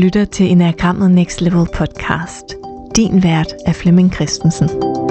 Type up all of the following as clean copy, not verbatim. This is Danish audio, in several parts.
lytter til Enagrammet Next Level podcast. Din vært er Flemming Christensen.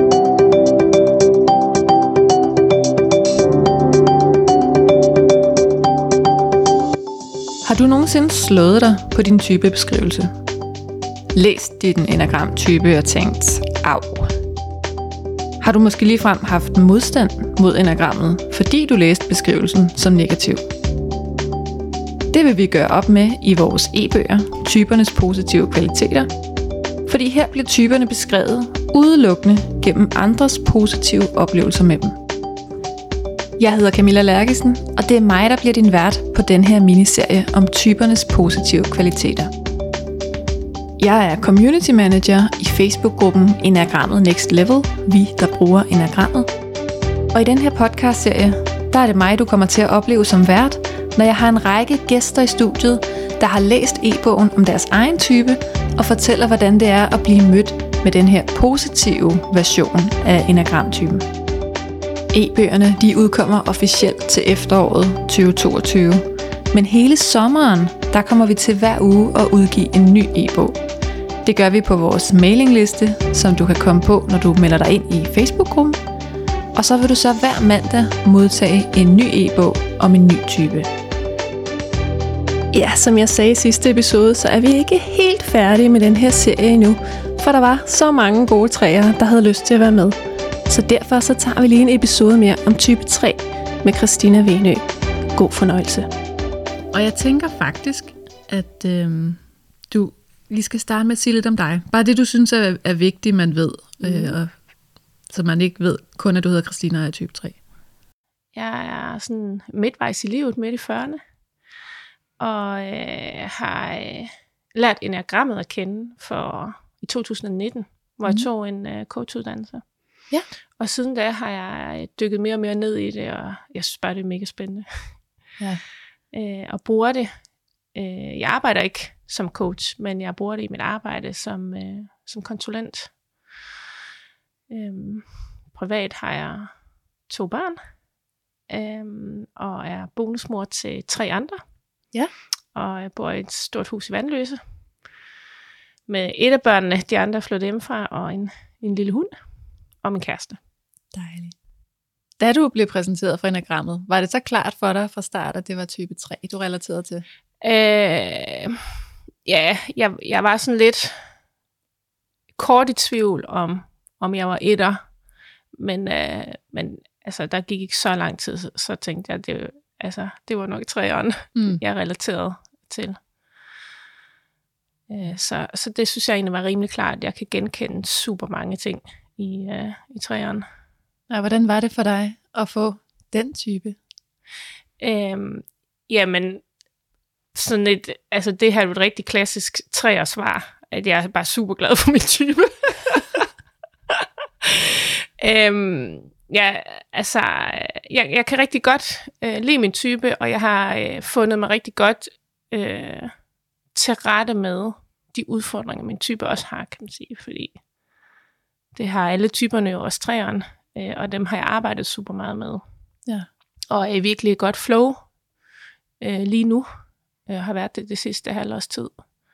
Har du nogensinde slået dig på din typebeskrivelse? Læst din enagramtype og tænkt, au. Har du måske ligefrem haft modstand mod enagrammet, fordi du læste beskrivelsen som negativ? Det vil vi gøre op med i vores e-bøger, Typernes positive kvaliteter, fordi her bliver typerne beskrevet udelukkende gennem andres positive oplevelser med dem. Jeg hedder Camilla Lærkesen, og det er mig, der bliver din vært på den her miniserie om typernes positive kvaliteter. Jeg er community manager i Facebook-gruppen Enagrammet Next Level, vi der bruger enagrammet. Og i den her podcast-serie, der er det mig, du kommer til at opleve som vært, når jeg har en række gæster i studiet, der har læst e-bogen om deres egen type, og fortæller, hvordan det er at blive mødt med den her positive version af enagramtypen. E-bøgerne de udkommer officielt til efteråret 2022, men hele sommeren, der kommer vi til hver uge at udgive en ny e-bog. Det gør vi på vores mailingliste, som du kan komme på, når du melder dig ind i Facebook-gruppen. Og så vil du så hver mandag modtage en ny e-bog om en ny type. Ja, som jeg sagde i sidste episode, så er vi ikke helt færdige med den her serie endnu, for der var så mange gode træer, der havde lyst til at være med. Så derfor så tager vi lige en episode mere om type 3 med Christina Venø. God fornøjelse. Og jeg tænker faktisk, at du lige skal starte med at sige lidt om dig. Bare det, du synes er vigtigt, man ved, og så man ikke ved kun, at du hedder Christina og er type 3. Jeg er sådan midtvejs i livet, midt i 40'erne, og har lært enagrammet at kende i 2019, hvor jeg tog en coachuddannelse. Ja. Og siden da har jeg dykket mere og mere ned i det, og jeg synes bare, det er mega spændende. Ja. Og bruger det. Jeg arbejder ikke som coach, men jeg bruger det i mit arbejde som konsulent. Privat har jeg 2 børn, og er bonusmor til 3 andre. Ja. Og jeg bor i et stort hus i Vandløse. Med et af børnene, de andre er flyttet hjemmefra, og en lille hund, og min kæreste. Dejligt. Da du blev præsenteret for enagrammet, var det så klart for dig fra start, at det var type 3, du relaterede til? Ja, jeg var sådan lidt kort i tvivl om jeg var etter, men altså, der gik ikke så lang tid, så tænkte jeg, det var nok 3'eren, jeg relaterede til. Så det synes jeg egentlig var rimelig klart, at jeg kan genkende super mange ting i 3'eren. Ja, hvordan var det for dig at få den type? Jamen, sådan det her er jo et rigtig klassisk 3'er svar, at jeg er bare super glad for min type. Jeg kan rigtig godt lide min type, og jeg har fundet mig rigtig godt til rette med de udfordringer, min type også har, kan man sige, fordi det har alle typerne jo også 3'eren, og dem har jeg arbejdet super meget med. Ja. Og er i virkelig et godt flow lige nu. Har været det sidste halvårs tid.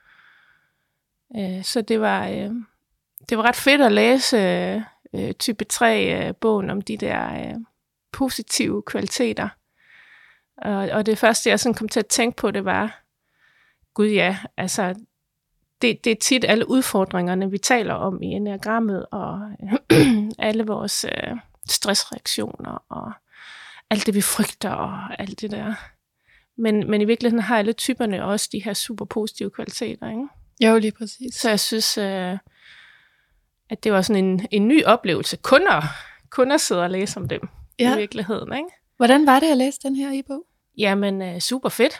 Så det var ret fedt at læse type 3-bogen om de der positive kvaliteter. Og det første, jeg sådan kom til at tænke på, det var, gud ja, altså, det er tit alle udfordringerne, vi taler om i enagrammet, og alle vores stressreaktioner, og alt det, vi frygter, og alt det der. Men i virkeligheden har alle typerne også de her super positive kvaliteter, ikke? Jo, lige præcis. Så jeg synes, at det var sådan en ny oplevelse, kun at sidde og læse om dem i virkeligheden, ikke? Hvordan var det at læse den her e-bog? Jamen, super fedt.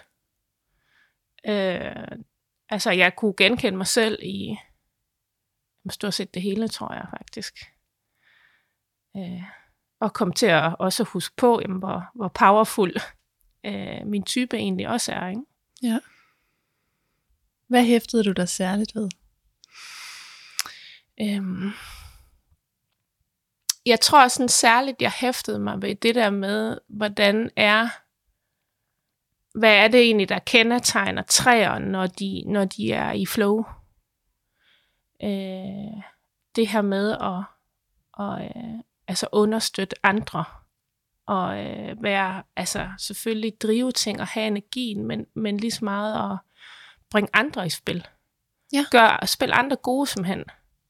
Altså, jeg kunne genkende mig selv i stort set det hele, tror jeg faktisk. Og kom til at også huske på, jamen, hvor powerful min type egentlig også er, ikke? Ja. Hvad hæftede du dig særligt ved? Jeg tror sådan særligt, jeg hæftede mig ved det der med, hvordan er hvad er det egentlig, der kendetegner træer, når de er i flow? Det her med at understøtte andre, og være, altså selvfølgelig drive ting og have energien, men lige så meget at bringe andre i spil. Ja. Spille andre gode simpelthen.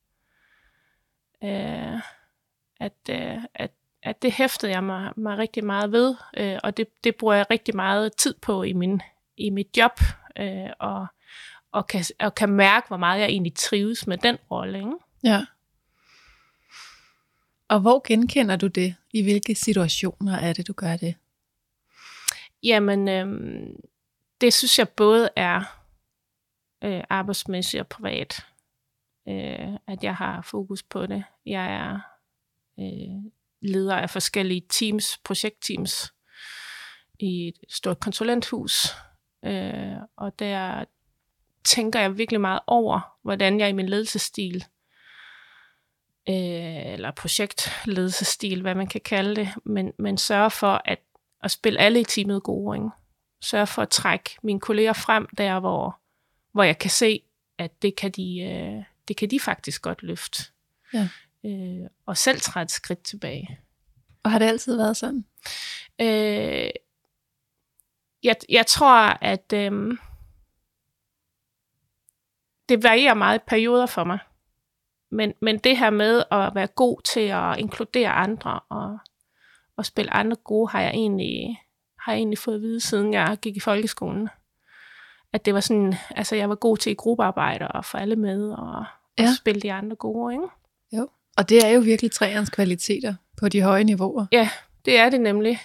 At det hæftede jeg mig rigtig meget ved, og det bruger jeg rigtig meget tid på i mit job, og kan mærke, hvor meget jeg egentlig trives med den rolle. Ikke? Ja. Og hvor genkender du det? I hvilke situationer er det, du gør det? Jamen, det synes jeg både er arbejdsmæssigt og privat, at jeg har fokus på det. Jeg er leder af forskellige teams, projektteams, i et stort konsulenthus, og der tænker jeg virkelig meget over, hvordan jeg i min ledelsesstil, eller projektledelsesstil, hvad man kan kalde det, men sørger for at spille alle i teamet gode, ikke? Sørger for at trække mine kolleger frem der, hvor jeg kan se, at det kan de faktisk godt løfte. Ja. Og selv træde et skridt tilbage. Og har det altid været sådan? Jeg tror, at det varierer meget i perioder for mig. Men det her med at være god til at inkludere andre og spille andre gode, har jeg egentlig fået at vide, siden jeg gik i folkeskolen. At det var sådan, altså jeg var god til i gruppearbejde og få alle med og spille de andre gode, ikke? Jo. Og det er jo virkelig træernes kvaliteter på de høje niveauer. Ja, det er det nemlig.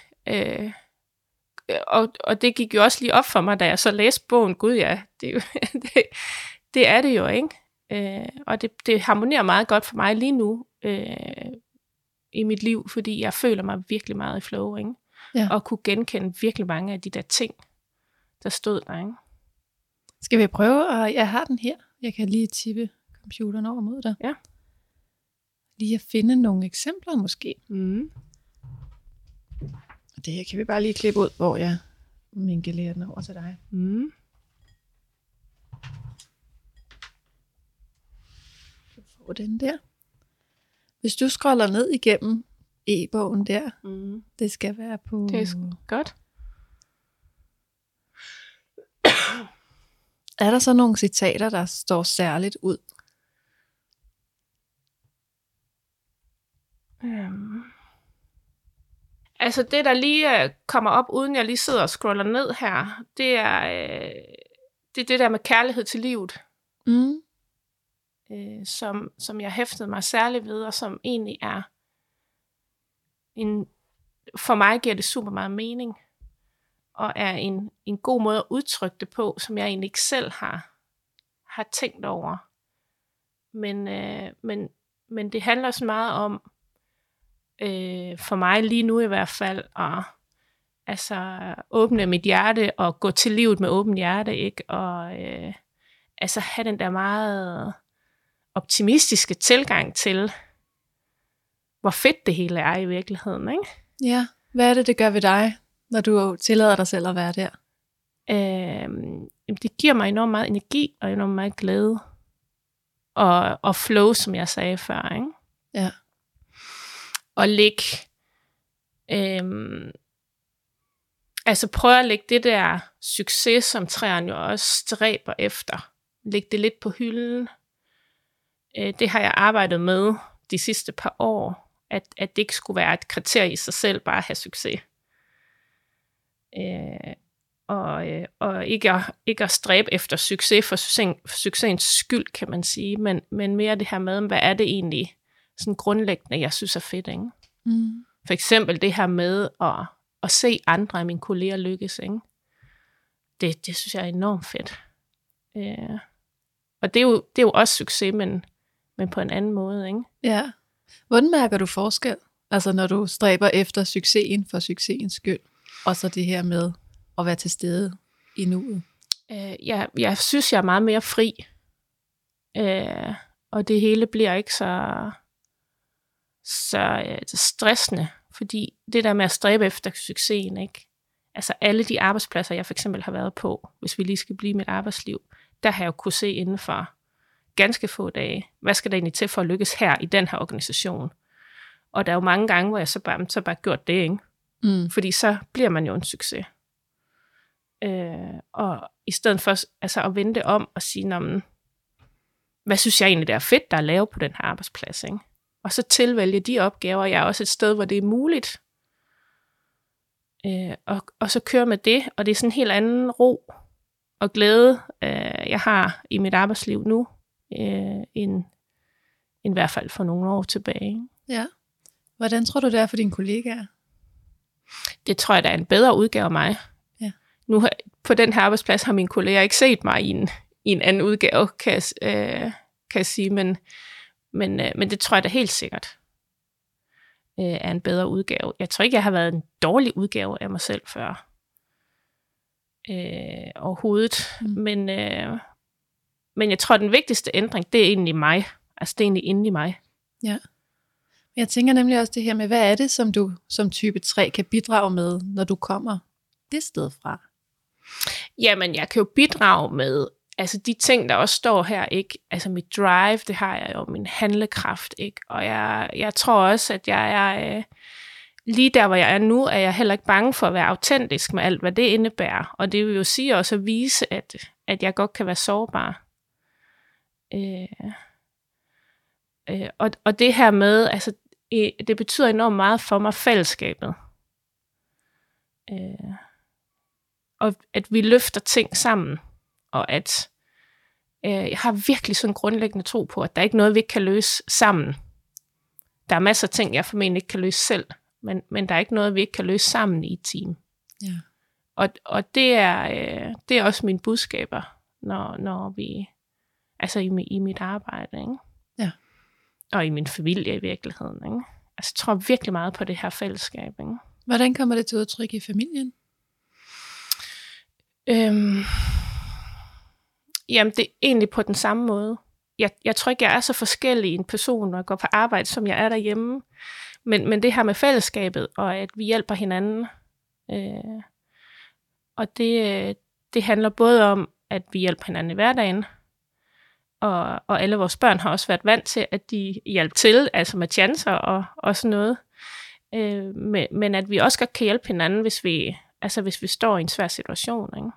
Og det gik jo også lige op for mig, da jeg så læste bogen. Gud ja, det er det jo, ikke? Og det harmonerer meget godt for mig lige nu i mit liv, fordi jeg føler mig virkelig meget i flow, ikke? Ja. Og kunne genkende virkelig mange af de der ting, der stod der, ikke? Skal vi prøve? Og jeg har den her. Jeg kan lige tippe computeren over mod dig. Ja. Lige at finde nogle eksempler måske. Mm. Og det her kan vi bare lige klippe ud, hvor jeg minkelerer den over til dig. Mm. Du får den der. Hvis du scroller ned igennem e-bogen der, det skal være på... Det er godt. Er der så nogle citater, der står særligt ud? Altså det, der lige kommer op, uden jeg lige sidder og scroller ned her, det er det der med kærlighed til livet. Mm. Som jeg hæftede mig særligt ved, og som egentlig er for mig giver det super meget mening, og er en god måde at udtrykke det på, som jeg egentlig ikke selv har tænkt over. Men det handler så meget om, for mig lige nu i hvert fald, at åbne mit hjerte og gå til livet med åbent hjerte, ikke? Og have den der meget optimistiske tilgang til, hvor fedt det hele er i virkeligheden, ikke? Ja, hvad er det gør ved dig, når du tillader dig selv at være der? Det giver mig enormt meget energi og enormt meget glæde. Og flow, som jeg sagde før, ikke? Ja. Og prøve at lægge det der succes, som træerne jo også stræber efter. Lægge det lidt på hylden. Det har jeg arbejdet med de sidste par år, at det ikke skulle være et kriterie i sig selv, bare at have succes. Og ikke at stræbe efter succes for succesens skyld, kan man sige, men mere det her med, hvad er det egentlig sådan grundlæggende, jeg synes er fedt, ikke? Mm. For eksempel det her med at se andre af mine kolleger lykkes, ikke? Det synes jeg er enormt fedt. Og det er jo også succes, men på en anden måde, ikke? Ja. Hvordan mærker du forskel? Altså når du stræber efter succesen for succesens skyld, og så det her med at være til stede i nuet? Jeg synes, jeg er meget mere fri. Og det hele bliver ikke så stressende, fordi det der med at stræbe efter succesen, ikke? Altså alle de arbejdspladser, jeg for eksempel har været på, hvis vi lige skal blive i mit arbejdsliv, der har jeg jo kunne se inden for ganske få dage, hvad skal der egentlig til for at lykkes her i den her organisation? Og der er jo mange gange, hvor jeg så bare gjort det, ikke? Fordi så bliver man jo en succes. Og i stedet for altså, at vende det om og sige, hvad synes jeg egentlig, der er fedt, der er lavet på den her arbejdsplads, ikke? Og så tilvælge de opgaver. Jeg er også et sted, hvor det er muligt. Og så køre med det, og det er sådan en helt anden ro og glæde, jeg har i mit arbejdsliv nu, end i hvert fald for nogle år tilbage. Ja. Hvordan tror du, det er for dine kollegaer? Det tror jeg, der er en bedre udgave af mig. Ja. Nu på den her arbejdsplads har mine kolleger ikke set mig i en anden udgave, kan jeg sige, men det tror jeg da helt sikkert er en bedre udgave. Jeg tror ikke, jeg har været en dårlig udgave af mig selv før. Overhovedet. Men jeg tror, den vigtigste ændring, det er egentlig mig. Altså, det er egentlig inde i mig. Ja. Jeg tænker nemlig også det her med, hvad er det, som du som type 3 kan bidrage med, når du kommer det sted fra? Jamen, jeg kan jo bidrage med altså de ting, der også står her, ikke? Altså mit drive, det har jeg jo, min handlekraft, ikke? Og jeg tror også, at jeg er lige der, hvor jeg er nu, er jeg heller ikke bange for at være autentisk med alt, hvad det indebærer. Og det vil jo sige også at vise, at jeg godt kan være sårbar. Og det her med, altså det betyder enormt meget for mig, fællesskabet. Og at vi løfter ting sammen. Og at jeg har virkelig sådan en grundlæggende tro på, at der er ikke noget, vi ikke kan løse sammen. Der er masser af ting, jeg formentlig ikke kan løse selv. Men der er ikke noget, vi ikke kan løse sammen i et team. Ja. Og det er også mine budskaber, når vi, altså i mit arbejde, ikke? Ja. Og i min familie i virkeligheden, ikke? Altså jeg tror virkelig meget på det her fællesskab, ikke? Hvordan kommer det til udtryk i familien? Jamen det er egentlig på den samme måde. Jeg tror ikke, jeg er så forskellig en person, når jeg går på arbejde, som jeg er derhjemme. Men det her med fællesskabet, og at vi hjælper hinanden. Og det handler både om, at vi hjælper hinanden i hverdagen, og alle vores børn har også været vant til, at de hjælper til, altså med chancer og sådan noget. Men at vi også godt kan hjælpe hinanden, hvis vi står i en svær situation, ikke?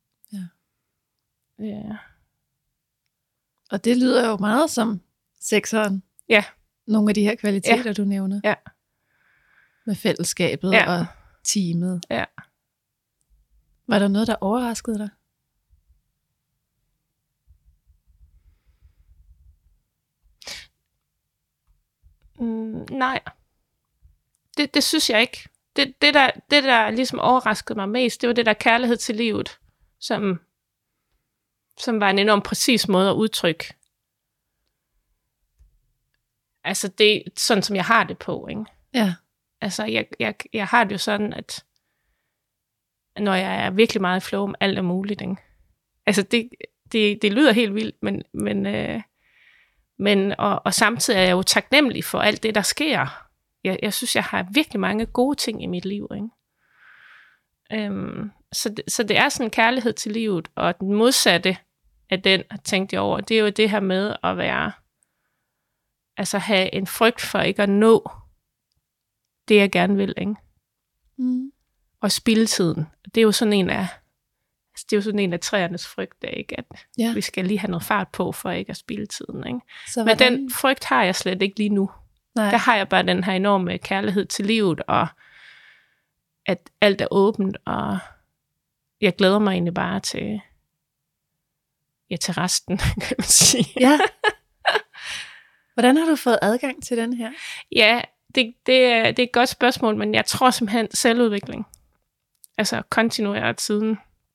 Ja. Og det lyder jo meget som sekseren. Ja. Nogle af de her kvaliteter, du nævner. Ja. Med fællesskabet og teamet. Ja. Var der noget, der overraskede dig? Nej. Det synes jeg ikke. Det der ligesom overraskede mig mest, det var det der kærlighed til livet, som var en enormt præcis måde at udtrykke. Altså det sådan, som jeg har det på, ikke? Ja. Altså jeg har det jo sådan, at når jeg er virkelig meget i flow om alt er muligt, ikke? Altså det lyder helt vildt, men samtidig er jeg jo taknemmelig for alt det, der sker. Jeg synes, jeg har virkelig mange gode ting i mit liv, ikke? Så det er sådan en kærlighed til livet, og den modsatte af den, tænkte jeg over, det er jo det her med at være, altså have en frygt for ikke at nå det, jeg gerne vil, ikke? Og spildtiden, det er jo sådan en af træernes frygte, ikke? At vi skal lige have noget fart på, for ikke at spilde tiden, ikke? Men den frygt har jeg slet ikke lige nu. Nej. Der har jeg bare den her enorme kærlighed til livet, og at alt er åbent, og jeg glæder mig egentlig bare til resten, kan man sige. Ja. Hvordan har du fået adgang til den her? Ja, det er et godt spørgsmål, men jeg tror simpelthen selvudvikling. Altså kontinueret siden.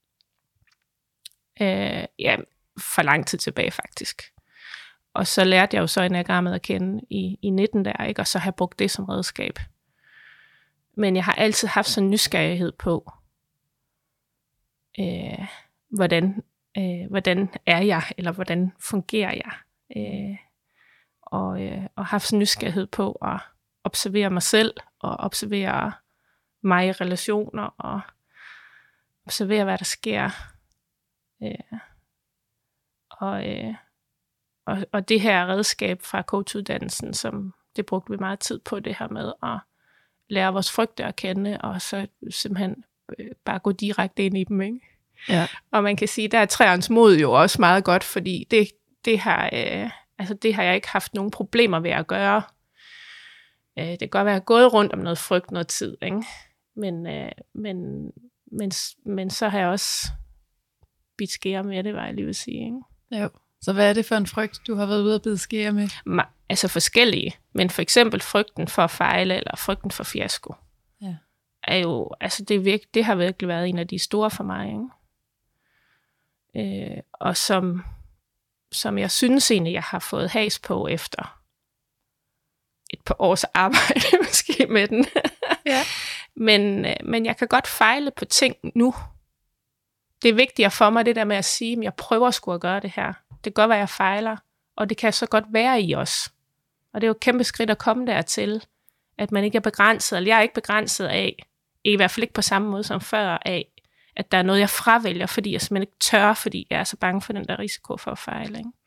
For lang tid tilbage faktisk. Og så lærte jeg jo så enagrammet at kende i 19 der, ikke? Og så har jeg brugt det som redskab. Men jeg har altid haft sådan en nysgerrighed på, hvordan er jeg, eller hvordan fungerer jeg? Og haft sådan en nysgerrighed på at observere mig selv, og observere mig i relationer, og observere, hvad der sker. Og det her redskab fra coachuddannelsen, som det brugte vi meget tid på, det her med at lære vores frygter at kende, og så simpelthen bare gå direkte ind i dem, ikke? Ja. Og man kan sige, der er træernes mod jo også meget godt, fordi det har jeg ikke haft nogen problemer ved at gøre. Det kan godt være, at jeg er gået rundt om noget frygt noget tid, ikke? Men så har jeg også bidt skære med det, var jeg lige vil sige, ikke? Jo. Så hvad er det for en frygt, du har været ude at bide skære med? Altså forskellige, men for eksempel frygten for at fejle, eller frygten for fiasko, er jo, altså det har virkelig været en af de store for mig, ikke? Og som jeg synes egentlig, jeg har fået has på efter et par års arbejde måske med den. Ja. Men jeg kan godt fejle på ting nu. Det er vigtigere for mig, det der med at sige, at jeg prøver sgu at gøre det her. Det kan godt være, jeg fejler, og det kan så godt være i os. Og det er jo et kæmpe skridt at komme dertil, at man ikke er begrænset, eller jeg er ikke begrænset af, i hvert fald ikke på samme måde som før, af, at der er noget, jeg fravælger, fordi jeg simpelthen ikke tør, fordi jeg er så bange for den der risiko for at fejle, ikke?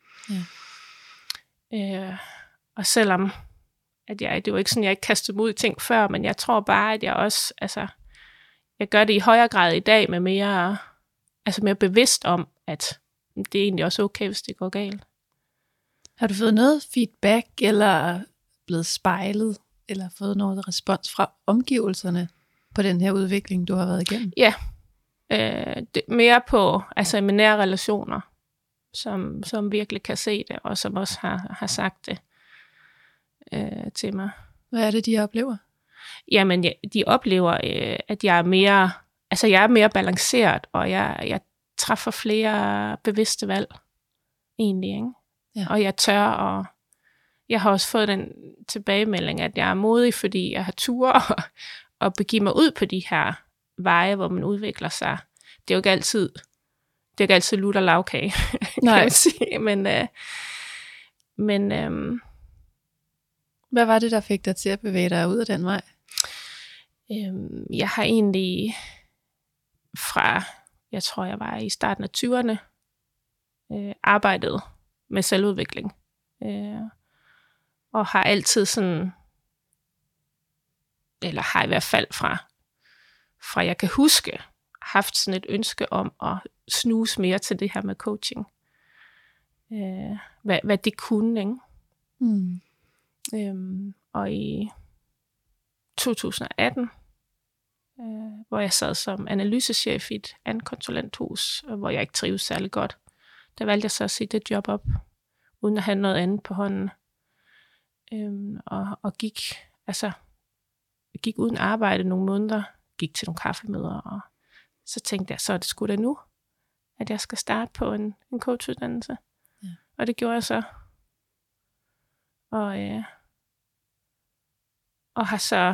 Ja. Og selvom at det er jo ikke sådan, jeg ikke kastede mig ud i ting før, men jeg tror bare, at jeg også, altså, jeg gør det i højere grad i dag med mere bevidst om, at det er egentlig også okay, hvis det går galt. Har du fået noget feedback, eller blevet spejlet, eller fået noget respons fra omgivelserne på den her udvikling, du har været igennem? Ja, mere på mine nære relationer, som virkelig kan se det, og som også har sagt det til mig. Hvad er det, de oplever? Jamen, de oplever, at jeg er mere balanceret, og jeg træffer flere bevidste valg, egentlig, ikke? Ja. Og jeg tør, og jeg har også fået den tilbagemelding, at jeg er modig, fordi jeg har tur og begive mig ud på de her veje, hvor man udvikler sig. Det er jo ikke altid lutter lavkage, kan man sige. Men hvad var det, der fik dig til at bevæge dig ud af den vej? Jeg har egentlig fra, jeg tror jeg var i starten af 20'erne, arbejdet med selvudvikling. Og har altid sådan, eller har i hvert fald fra jeg kan huske, haft sådan et ønske om at snuse mere til det her med coaching. Hvad det kunne, ikke? Og i 2018, hvor jeg sad som analysechef i et andet konsulenthus, hvor jeg ikke trives særlig godt, der valgte jeg så at sige det job op, uden at have noget andet på hånden. Og gik uden arbejde nogle måneder, gik til nogle kaffemøder, og så tænkte jeg, så er det sgu da nu, at jeg skal starte på en coachuddannelse. Ja. Og det gjorde jeg så. Og har så,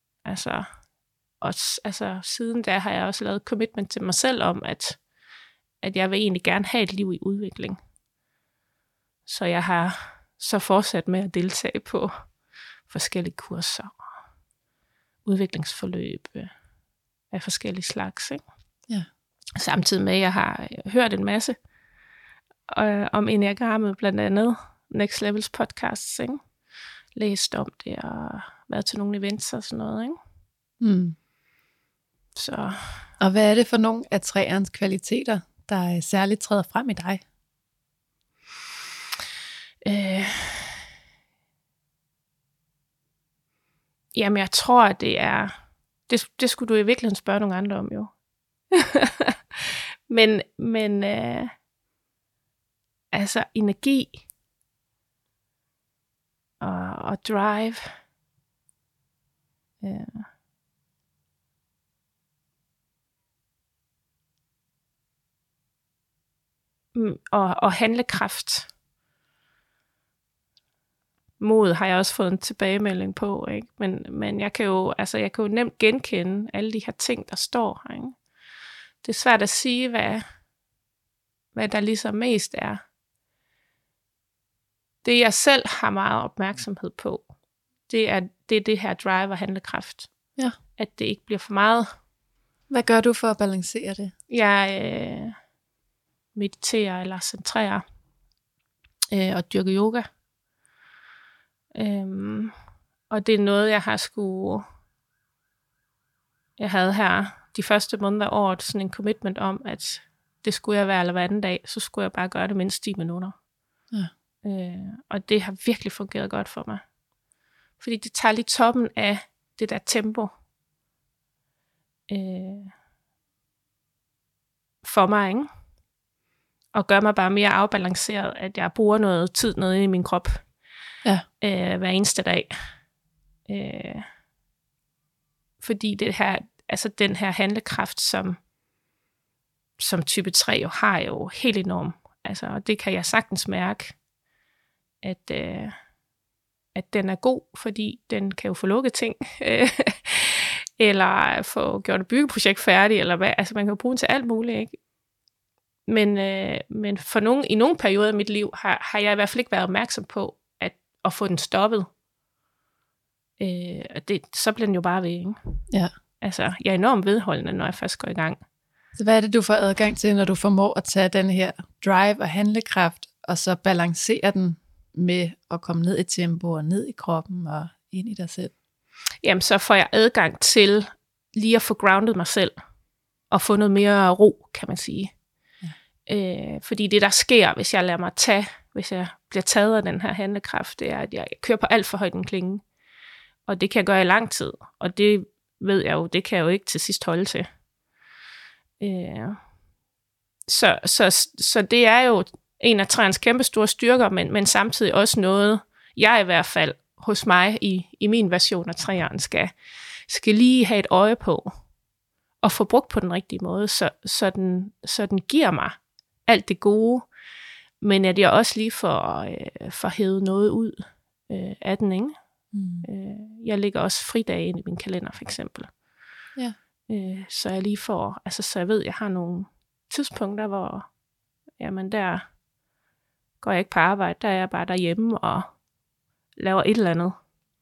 siden da har jeg også lavet commitment til mig selv om, at jeg vil egentlig gerne have et liv i udvikling. Så jeg har så fortsat med at deltage på forskellige kurser og udviklingsforløb af forskellige slags, ikke? Ja. Samtidig med, at jeg har hørt en masse om enneagrammet, blandt andet Next Levels podcasts, ikke? Læst om det og været til nogle events og sådan noget, ikke? Så. Og hvad er det for nogle af træernes kvaliteter, der særligt træder frem i dig? Jamen, jeg tror, at det er... Det skulle du i virkeligheden spørge nogle andre om, jo. men energi og drive. Og handlekraft. Mod har jeg også fået en tilbagemelding på, ikke? Men jeg kan jo nemt genkende alle de her ting, der står her, ikke? Det er svært at sige, hvad der ligesom mest er. Det jeg selv har meget opmærksomhed på, det er det her drive og handlekraft. Ja. At det ikke bliver for meget. Hvad gør du for at balancere det? Jeg mediterer eller centrerer og dyrker yoga. Og det er noget, jeg havde her de første måneder af året, sådan en commitment om, at det skulle jeg være hver anden dag, så skulle jeg bare gøre det mindst 10 minutter. Ja. Og det har virkelig fungeret godt for mig. Fordi det tager lige toppen af det der tempo for mig, ikke? Og gør mig bare mere afbalanceret, at jeg bruger noget tid nede i min krop hver eneste dag. Fordi det her, altså den her handlekraft, som type 3 jo har, jo helt enorm. Altså, og det kan jeg sagtens mærke, at den er god, fordi den kan jo få lukket ting, eller få gjort et byggeprojekt færdigt, eller hvad. Altså, man kan jo bruge den til alt muligt, ikke? Men i nogle perioder af mit liv har jeg i hvert fald ikke været opmærksom på at få den stoppet. Så bliver den jo bare ved, ikke? Ja. Altså, jeg er enormt vedholdende, når jeg først går i gang. Så hvad er det, du får adgang til, når du formår at tage den her drive og handlekraft, og så balancere den med at komme ned i tempo og ned i kroppen og ind i dig selv? Jamen, så får jeg adgang til lige at få grounded mig selv, og få noget mere ro, kan man sige. Ja. Fordi det, der sker, hvis jeg lader mig hvis jeg bliver taget af den her handlekraft, det er, at jeg kører på alt for højt en klinge. Og det kan jeg gøre i lang tid. Og det ved jeg jo, det kan jeg jo ikke til sidst holde til. Så det er jo en af træernes kæmpe store styrker, men samtidig også noget, jeg i hvert fald hos mig i min version af træeren skal lige have et øje på og få brugt på den rigtige måde, så den giver mig alt det gode, men at jeg også lige får hævet noget ud af den, ikke? Jeg lægger også fridage ind i min kalender, for eksempel. Ja. Så jeg lige får, altså så jeg ved, jeg har nogle tidspunkter, hvor jamen der går jeg ikke på arbejde, der er jeg bare derhjemme og laver et eller andet.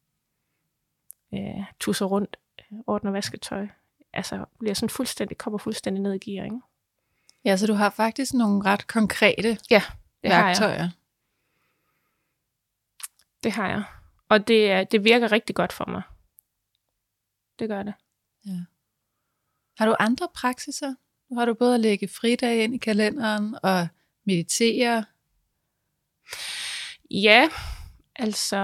Tusser rundt, ordner vasketøj. Altså bliver sådan kommer fuldstændig ned i gear, ikke? Ja, så du har faktisk nogle ret konkrete værktøjer. Har jeg. Det har jeg. Og det virker rigtig godt for mig. Det gør det. Ja. Har du andre praksiser? Nu har du både at lægge fridage ind i kalenderen og meditere. Ja, altså...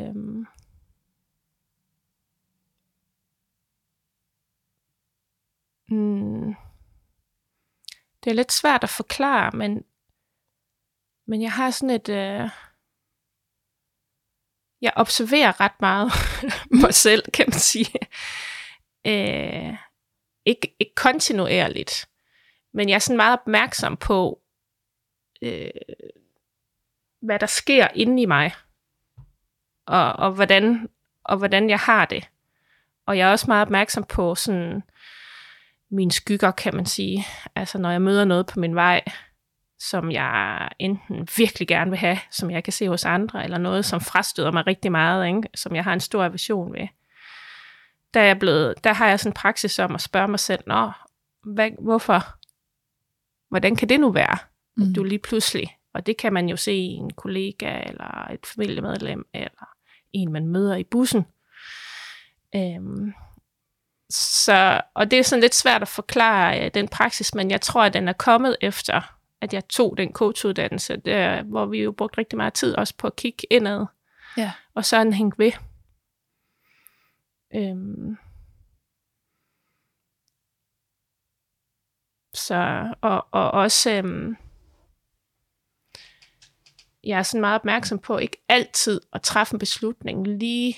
det er lidt svært at forklare, men jeg har sådan et... jeg observerer ret meget mig selv, kan man sige. Ikke kontinuerligt, men jeg er sådan meget opmærksom på, hvad der sker inde i mig, og hvordan jeg har det. Og jeg er også meget opmærksom på sådan mine skygger, kan man sige. Altså når jeg møder noget på min vej, som jeg enten virkelig gerne vil have, som jeg kan se hos andre, eller noget, som frastøder mig rigtig meget, ikke? Som jeg har en stor aversion ved. Der har jeg sådan en praksis om at spørge mig selv, hvorfor? Hvordan kan det nu være, at du lige pludselig, og det kan man jo se i en kollega, eller et familiemedlem, eller en, man møder i bussen. Og det er sådan lidt svært at forklare den praksis, men jeg tror, at den er kommet efter, at jeg tog den coachuddannelse, der, hvor vi jo brugte rigtig meget tid også på at kigge indad. Ja. Og så er den hængt ved. Og også jeg er sådan meget opmærksom på ikke altid at træffe en beslutning lige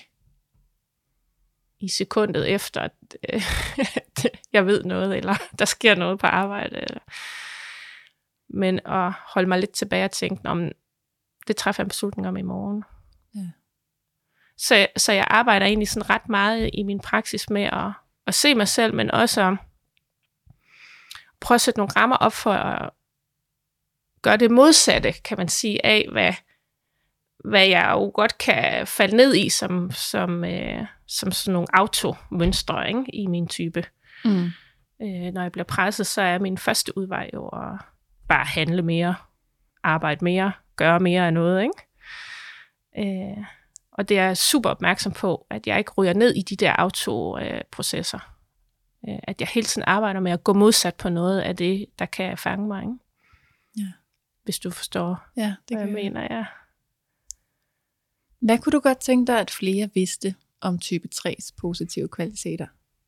i sekundet efter, at jeg ved noget, eller der sker noget på arbejde. Men at holde mig lidt tilbage og tænke, om det træffer jeg en beslutning om i morgen. Ja. Så jeg arbejder egentlig sådan ret meget i min praksis med at se mig selv, men også at prøve at sætte nogle rammer op for at gøre det modsatte, kan man sige, af hvad jeg jo godt kan falde ned i som sådan nogle automønstre, ikke, i min type. Når jeg bliver presset, så er min første udvej jo at bare handle mere, arbejde mere, gøre mere af noget, ikke? Og det er jeg super opmærksom på, at jeg ikke ryger ned i de der autoprocesser. At jeg hele tiden arbejder med at gå modsat på noget af det, der kan fange mig, ikke? Ja. Hvis du forstår, Ja, det hvad jeg mener, ja. Hvad kunne du godt tænke dig, at flere vidste om type 3's positive kvaliteter?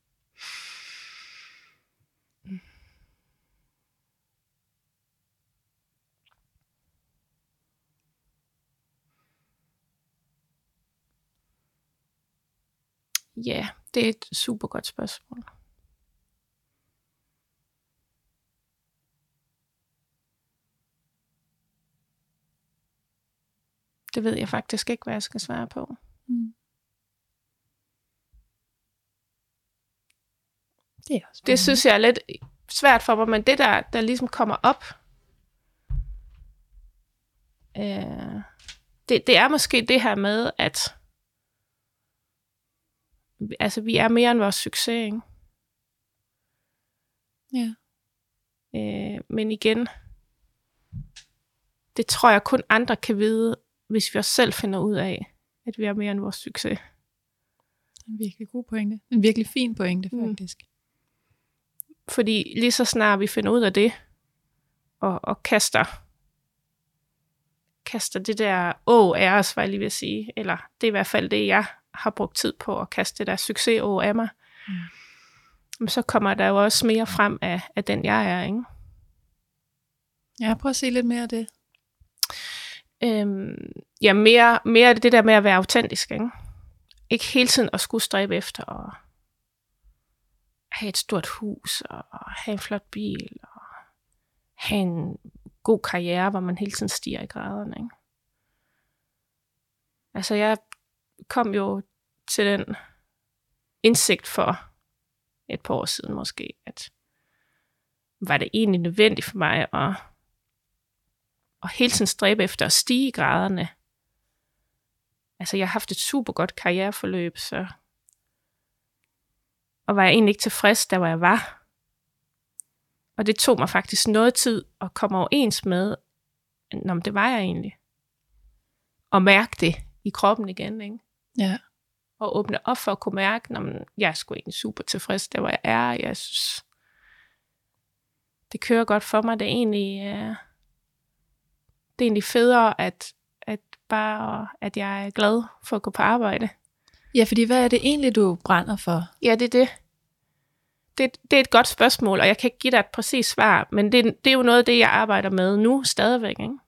Ja, det er et super godt spørgsmål. Det ved jeg faktisk ikke, hvad jeg skal svare på. Det synes jeg er lidt svært for mig, men det der ligesom kommer op, det er måske det her med, at altså, vi er mere end vores succes, ikke? Ja. Men igen, det tror jeg kun andre kan vide, hvis vi os selv finder ud af, at vi er mere end vores succes. En virkelig god pointe. En virkelig fin pointe, faktisk. Fordi lige så snart vi finder ud af det, og kaster det der af os, var jeg lige ved at sige, eller det er i hvert fald det, jeg har brugt tid på, at kaste det der succes af mig, så kommer der jo også mere frem af den, jeg er, ikke? Ja, prøv at se lidt mere af det. Ja, mere det der med at være autentisk, ikke? Ikke hele tiden at skulle stræbe efter at have et stort hus, og have en flot bil, og have en god karriere, hvor man hele tiden stiger i graderne, ikke? Altså, jeg kom jo til den indsigt for et par år siden måske, at var det egentlig nødvendigt for mig at hele tiden stræbe efter at stige i graderne. Altså, jeg har haft et super godt karriereforløb, og var jeg egentlig ikke tilfreds, der hvor jeg var. Og det tog mig faktisk noget tid at komme overens med, om det var jeg egentlig. Og mærke det i kroppen igen, ikke? Ja. Og åbne op for at kunne mærke, at jeg er sgu egentlig super tilfreds, der hvor jeg er. Jeg synes, det kører godt for mig. Det er egentlig federe, at jeg er glad for at gå på arbejde. Ja, fordi hvad er det egentlig, du brænder for? Ja, det er det. Det er et godt spørgsmål, og jeg kan ikke give dig et præcist svar, men det er jo noget af det, jeg arbejder med nu stadigvæk, ikke?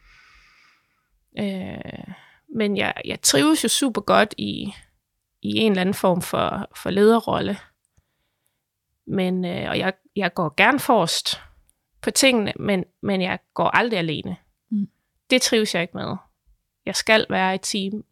Men jeg trives jo super godt i en eller anden form for lederrolle. Men, og jeg går gerne forrest på tingene, men jeg går aldrig alene. Det trives jeg ikke med. Jeg skal være et team.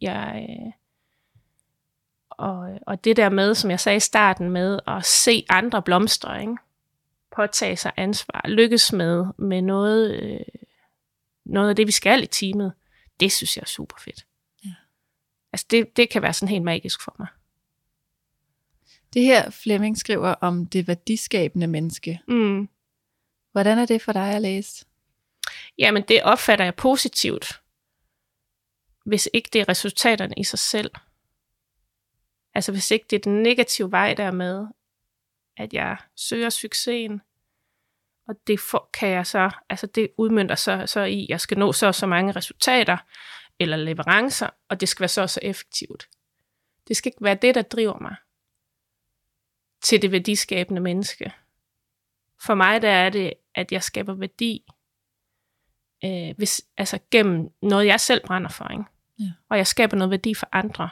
Og det der med, som jeg sagde i starten, med at se andre blomstre, ikke? Påtage sig ansvar, lykkes med noget af det, vi skal i teamet, det synes jeg er super fedt. Ja. Altså det kan være sådan helt magisk for mig. Det her Flemming skriver om det værdiskabende menneske. Hvordan er det for dig at læse? Jamen, det opfatter jeg positivt, hvis ikke det er resultaterne i sig selv. Altså hvis ikke det er den negative vej der med, at jeg søger succesen, og det kan jeg så, altså det udmønter så i, at jeg skal nå så mange resultater eller leverancer, og det skal være så effektivt. Det skal ikke være det, der driver mig til det værdiskabende menneske. For mig der er det, at jeg skaber værdi, gennem noget, jeg selv brænder for, ikke? Ja. Og jeg skaber noget værdi for andre.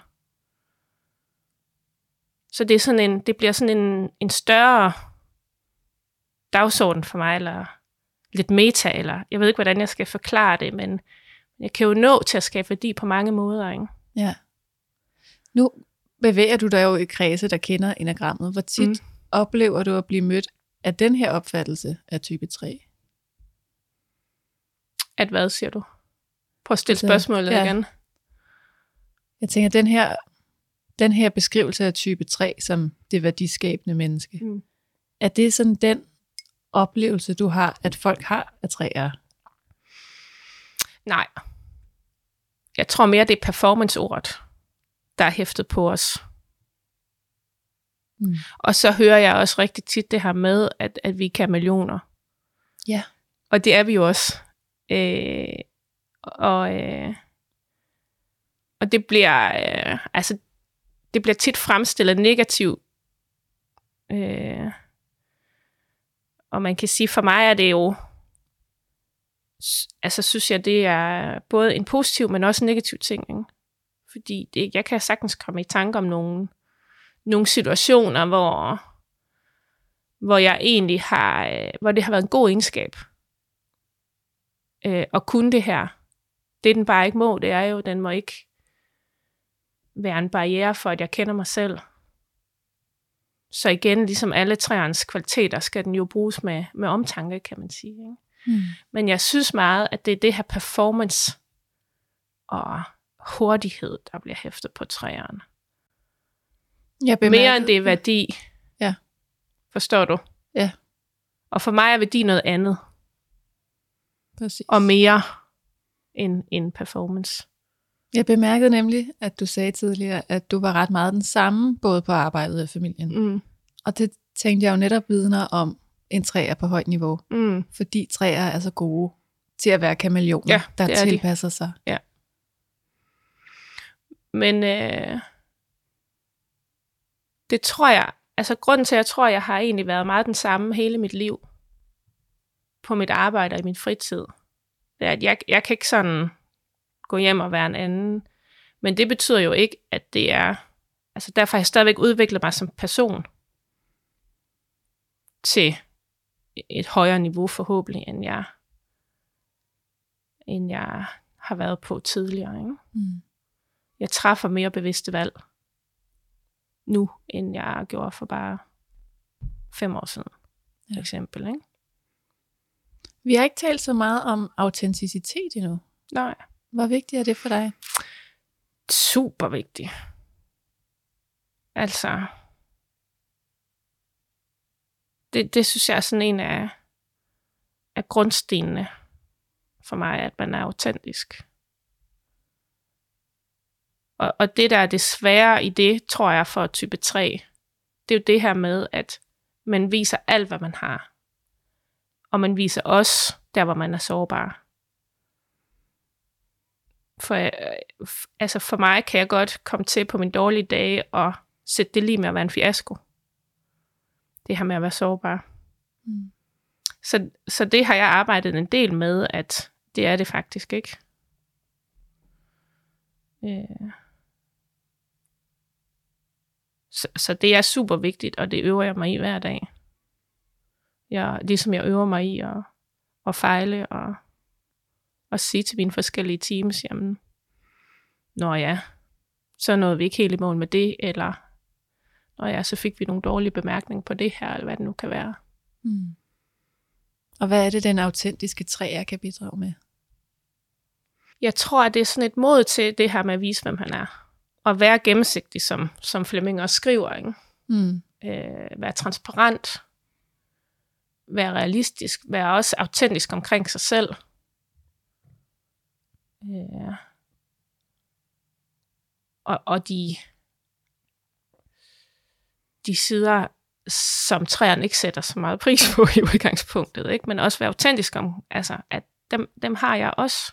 Så det bliver sådan en større dagsorden for mig, eller lidt meta, eller jeg ved ikke, hvordan jeg skal forklare det, men jeg kan jo nå til at skabe værdi på mange måder, ikke? Ja. Nu bevæger du dig jo i kredse, der kender enagrammet. Hvor tit oplever du at blive mødt af den her opfattelse af type 3? At hvad, siger du? Prøv at stille spørgsmålet igen. Jeg tænker, den her beskrivelse af type 3 som det værdiskabende menneske, Er det sådan den oplevelse, du har, at folk har af træer? Nej. Jeg tror mere, det er performance-ordet, der er hæftet på os. Mm. Og så hører jeg også rigtig tit det her med, at vi er kameleoner. Ja. Og det er vi jo også. Og det bliver, det bliver tit fremstillet negativt. Og man kan sige, for mig er det jo, synes jeg, det er både en positiv, men også en negativ ting. Ikke? Fordi jeg kan sagtens komme i tanke om nogle situationer, hvor jeg egentlig hvor det har været en god egenskab at kunne det her. Det den bare ikke må, det er jo, den må ikke være en barriere for, at jeg kender mig selv. Så igen, ligesom alle træernes kvaliteter, skal den jo bruges med omtanke, kan man sige. Ikke? Mm. Men jeg synes meget, at det er det her performance og hurtighed, der bliver hæftet på træerne. Mere end det er værdi. Ja. Forstår du? Ja. Og for mig er værdi noget andet. Præcis. Og mere end performance. Jeg bemærkede nemlig, at du sagde tidligere, at du var ret meget den samme, både på arbejdet og familien. Mm. Og det tænkte jeg jo netop vidner om en træer på højt niveau. Mm. Fordi træer er så gode til at være kameleoner, der tilpasser sig. Ja. Men det tror jeg, grunden til, at jeg tror, jeg har egentlig været meget den samme hele mit liv. På mit arbejde og i min fritid. Det er, at jeg kan ikke sådan gå hjem og være en anden. Men det betyder jo ikke, at det er... derfor har jeg stadigvæk udviklet mig som person til et højere niveau forhåbentlig, end jeg har været på tidligere. Ikke? Mm. Jeg træffer mere bevidste valg nu, end jeg gjorde for bare 5 år siden, for eksempel. Ikke? Vi har ikke talt så meget om autenticitet endnu. Nej. Hvor vigtigt er det for dig? Super vigtigt. Det synes jeg er sådan en af grundstenene for mig, at man er autentisk. Og det, der er det svære i det, tror jeg, for type 3, det er jo det her med, at man viser alt, hvad man har. Og man viser også der, hvor man er sårbar. For mig kan jeg godt komme til på min dårlige dage og sætte det lige med at være en fiasko. Det her med at være sårbar. Mm. Så det har jeg arbejdet en del med, at det er det faktisk ikke. Så det er super vigtigt, og det øver jeg mig i hver dag. Ligesom jeg øver mig i at fejle og sige til mine forskellige teams, jamen, så nåede vi ikke helt i mål med det, eller så fik vi nogle dårlige bemærkninger på det her, eller hvad det nu kan være. Mm. Og hvad er det, den autentiske træer kan bidrage med? Jeg tror, at det er sådan et mod til det her med at vise, hvem han er. Og være gennemsigtig, som Flemming også skriver. Ikke? Mm. Være transparent. Være realistisk. Være også autentisk omkring sig selv. Og de sider, som træerne ikke sætter så meget pris på i udgangspunktet, ikke? Men også være autentisk om, at dem har jeg også.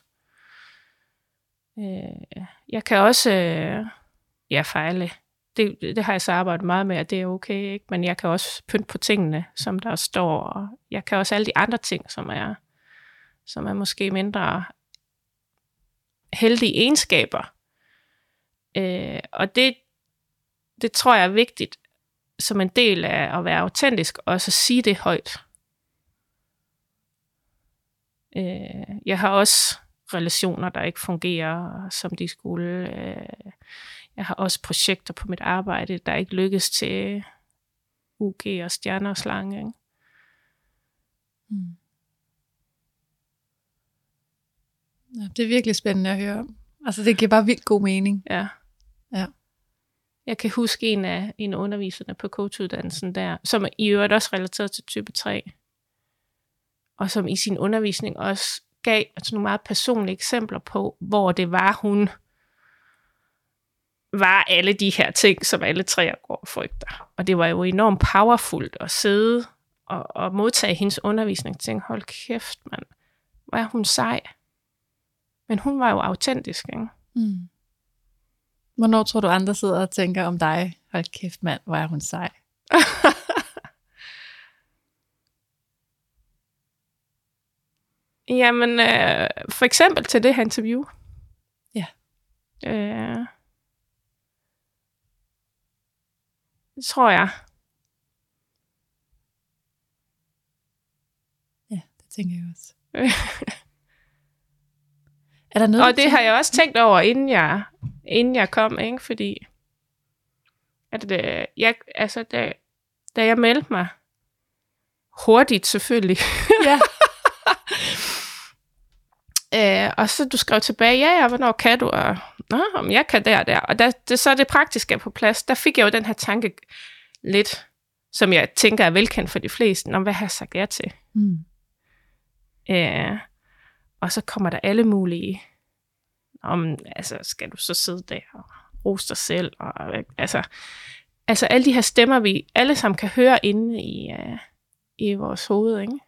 Jeg kan også fejle. Det har jeg så arbejdet meget med, at det er okay, ikke? Men jeg kan også pynte på tingene, som der står, og jeg kan også alle de andre ting, som er måske mindre heldige egenskaber. Og det tror jeg er vigtigt, som en del af at være autentisk, og så sige det højt. Jeg har også relationer, der ikke fungerer, som de skulle. Jeg har også projekter på mit arbejde, der ikke lykkes til UG og stjerner og slange. Ikke? Mm. Ja, det er virkelig spændende at høre om. Det giver bare vildt god mening. Ja. Jeg kan huske en af underviserne på coachuddannelsen der, som i øvrigt også relateret til type 3, og som i sin undervisning også gav nogle meget personlige eksempler på, hvor det var, hun var alle de her ting, som alle 3'ere går og frygter. Og det var jo enormt powerfult at sidde og modtage hendes undervisning og tænke, hold kæft, mand, hvor er hun sej. Men hun var jo autentisk, ikke? Mm. Hvornår tror du, andre sidder og tænker om dig, hold kæft, mand, hvor er hun sej? Jamen, for eksempel til det her interview. Ja. Det tror jeg. Ja, det tænker jeg også. Er der noget, og det har jeg også tænkt over, inden jeg kom, ikke? Fordi at da jeg meldte mig, hurtigt selvfølgelig, ja. og så du skrev tilbage, ja, hvornår kan du, og om jeg kan der, og så er det praktiske på plads, der fik jeg jo den her tanke lidt, som jeg tænker er velkendt for de fleste, om hvad har jeg sagt ja til. Mm. Og så kommer der alle mulige, skal du så sidde der og rose dig selv, og altså alle de her stemmer, vi alle sammen kan høre inde i vores hoved, ikke?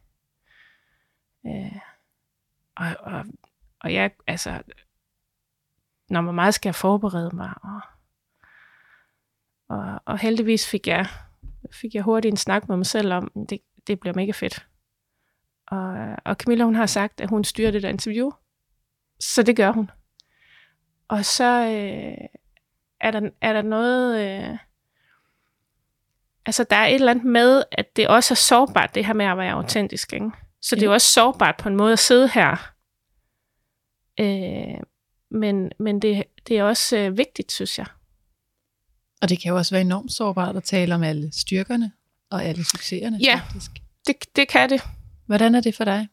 Og jeg, når man meget skal forberede mig, og heldigvis fik jeg hurtigt en snak med mig selv om, det bliver mega fedt. Og Camilla, hun har sagt, at hun styrer det der interview, så det gør hun. Og så er der noget, der er et eller andet med, at det også er sårbart, det her med at være autentisk, ikke? Så det er jo også sårbart på en måde at sidde her. Men det er også vigtigt, synes jeg. Og det kan jo også være enormt sårbart at tale om alle styrkerne og alle succeserne, ja, faktisk. Det kan det. Hvordan er det for dig?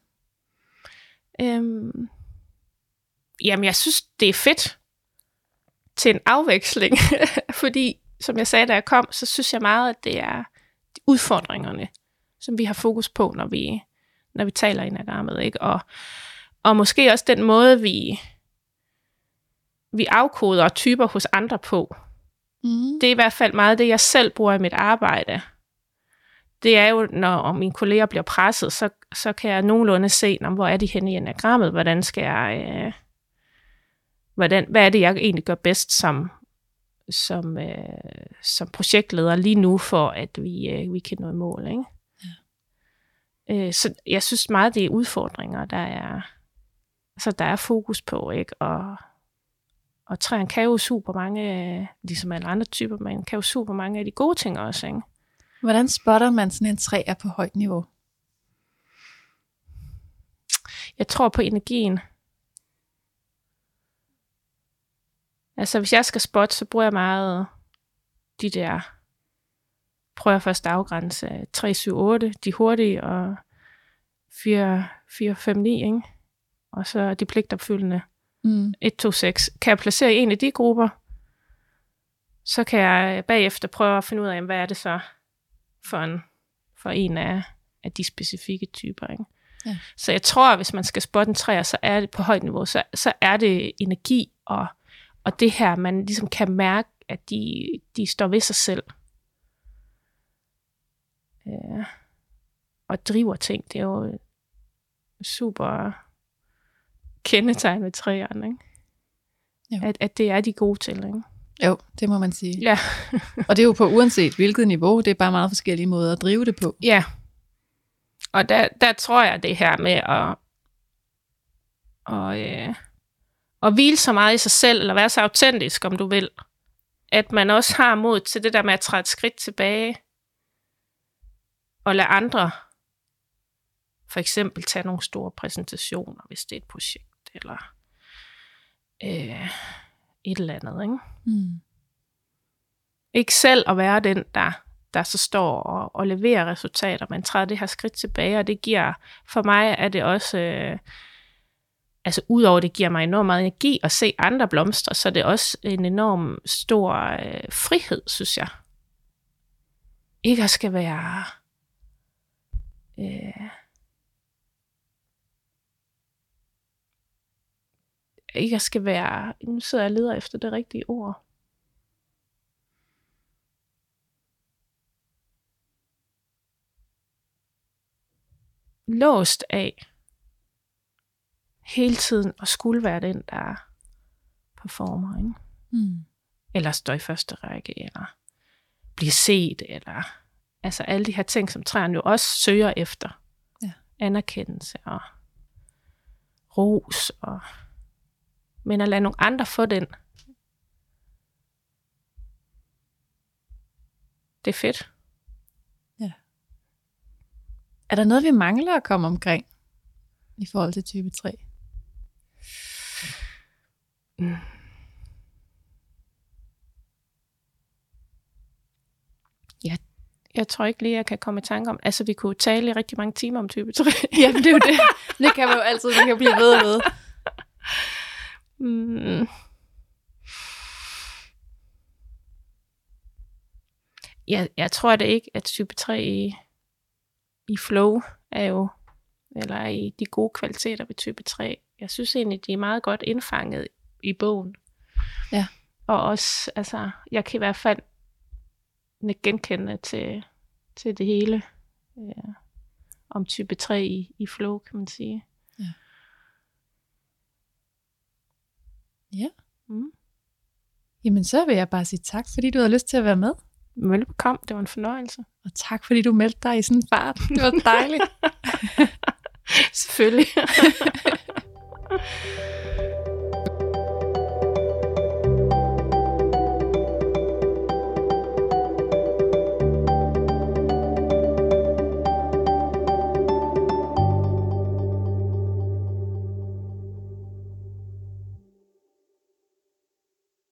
Jamen, jeg synes, det er fedt til en afveksling. Fordi, som jeg sagde, da jeg kom, så synes jeg meget, at det er de udfordringerne, som vi har fokus på, når vi taler enagrammet, ikke? Og måske også den måde, vi afkoder typer hos andre på. Mm. Det er i hvert fald meget det, jeg selv bruger i mit arbejde. Det er jo, når mine kolleger bliver presset, så kan jeg nogenlunde se, hvor er de henne i enagrammet, hvordan skal jeg... hvad er det, jeg egentlig gør bedst som projektleder lige nu, for at vi kan nå i mål, ikke? Ja. Så jeg synes meget, det er udfordringer, der er fokus på, ikke? Og træerne kan jo super mange, ligesom alle andre typer, men kan jo super mange af de gode ting også, ikke? Hvordan spotter man sådan en træer på højt niveau? Jeg tror på energien. Altså, hvis jeg skal spotte, så bruger jeg meget de der, prøver jeg først at afgrænse 3, 7, 8, de hurtige, og 4, 5, 9, ikke? Og så de pligtopfyldende 1, 2, 6. Kan jeg placere i en af de grupper, så kan jeg bagefter prøve at finde ud af, hvad er det så for en af de specifikke typer, ikke? Ja. Så jeg tror, at hvis man skal spotte en træer, så er det på højt niveau, så er det energi og det her, man ligesom kan mærke, at de står ved sig selv. Og driver ting. Det er jo super kendetegn ved træerne, ikke? At det er de gode til, ikke? Jo, det må man sige. Ja. Og det er jo på uanset hvilket niveau, det er bare meget forskellige måder at drive det på. Ja. Og der tror jeg, det her med at hvile så meget i sig selv, eller være så autentisk, om du vil, at man også har mod til det der med at træde et skridt tilbage, og lade andre for eksempel tage nogle store præsentationer, hvis det er et projekt, eller et eller andet, ikke? Mm. Ikke selv at være den, der så står og leverer resultater, men træder det her skridt tilbage, og det giver, for mig er det også altså udover det giver mig enormt meget energi at se andre blomstre, så det er også en enorm stor frihed, synes jeg. Ikke at skal være ikke at skal være, nu sidder jeg og leder efter det rigtige ord. Låst af hele tiden og skulle være den, der performer, ikke? Mm. Eller står i første række, eller bliver set, eller altså alle de her ting, som træerne jo også søger efter. Ja. Anerkendelse og ros, men at lade nogle andre få den. Det er fedt. Ja. Er der noget, vi mangler at komme omkring i forhold til type 3? Jeg tror ikke lige, jeg kan komme i tanke om. Altså, vi kunne tale i rigtig mange timer om type 3. Jamen, det er jo det. Det kan man jo altid, det kan blive ved og ved. Jeg tror det ikke, at type 3 i flow er jo, eller i de gode kvaliteter ved type 3. Jeg synes egentlig, de er meget godt indfanget i bogen. Ja. Og også, altså, jeg kan i hvert fald genkende til det hele om type 3 i flow, kan man sige. Ja. Ja. Mm. Jamen, så vil jeg bare sige tak, fordi du havde lyst til at være med. Velbekomme, det var en fornøjelse. Og tak, fordi du meldte dig i sådan en fart. Det var dejligt. Selvfølgelig.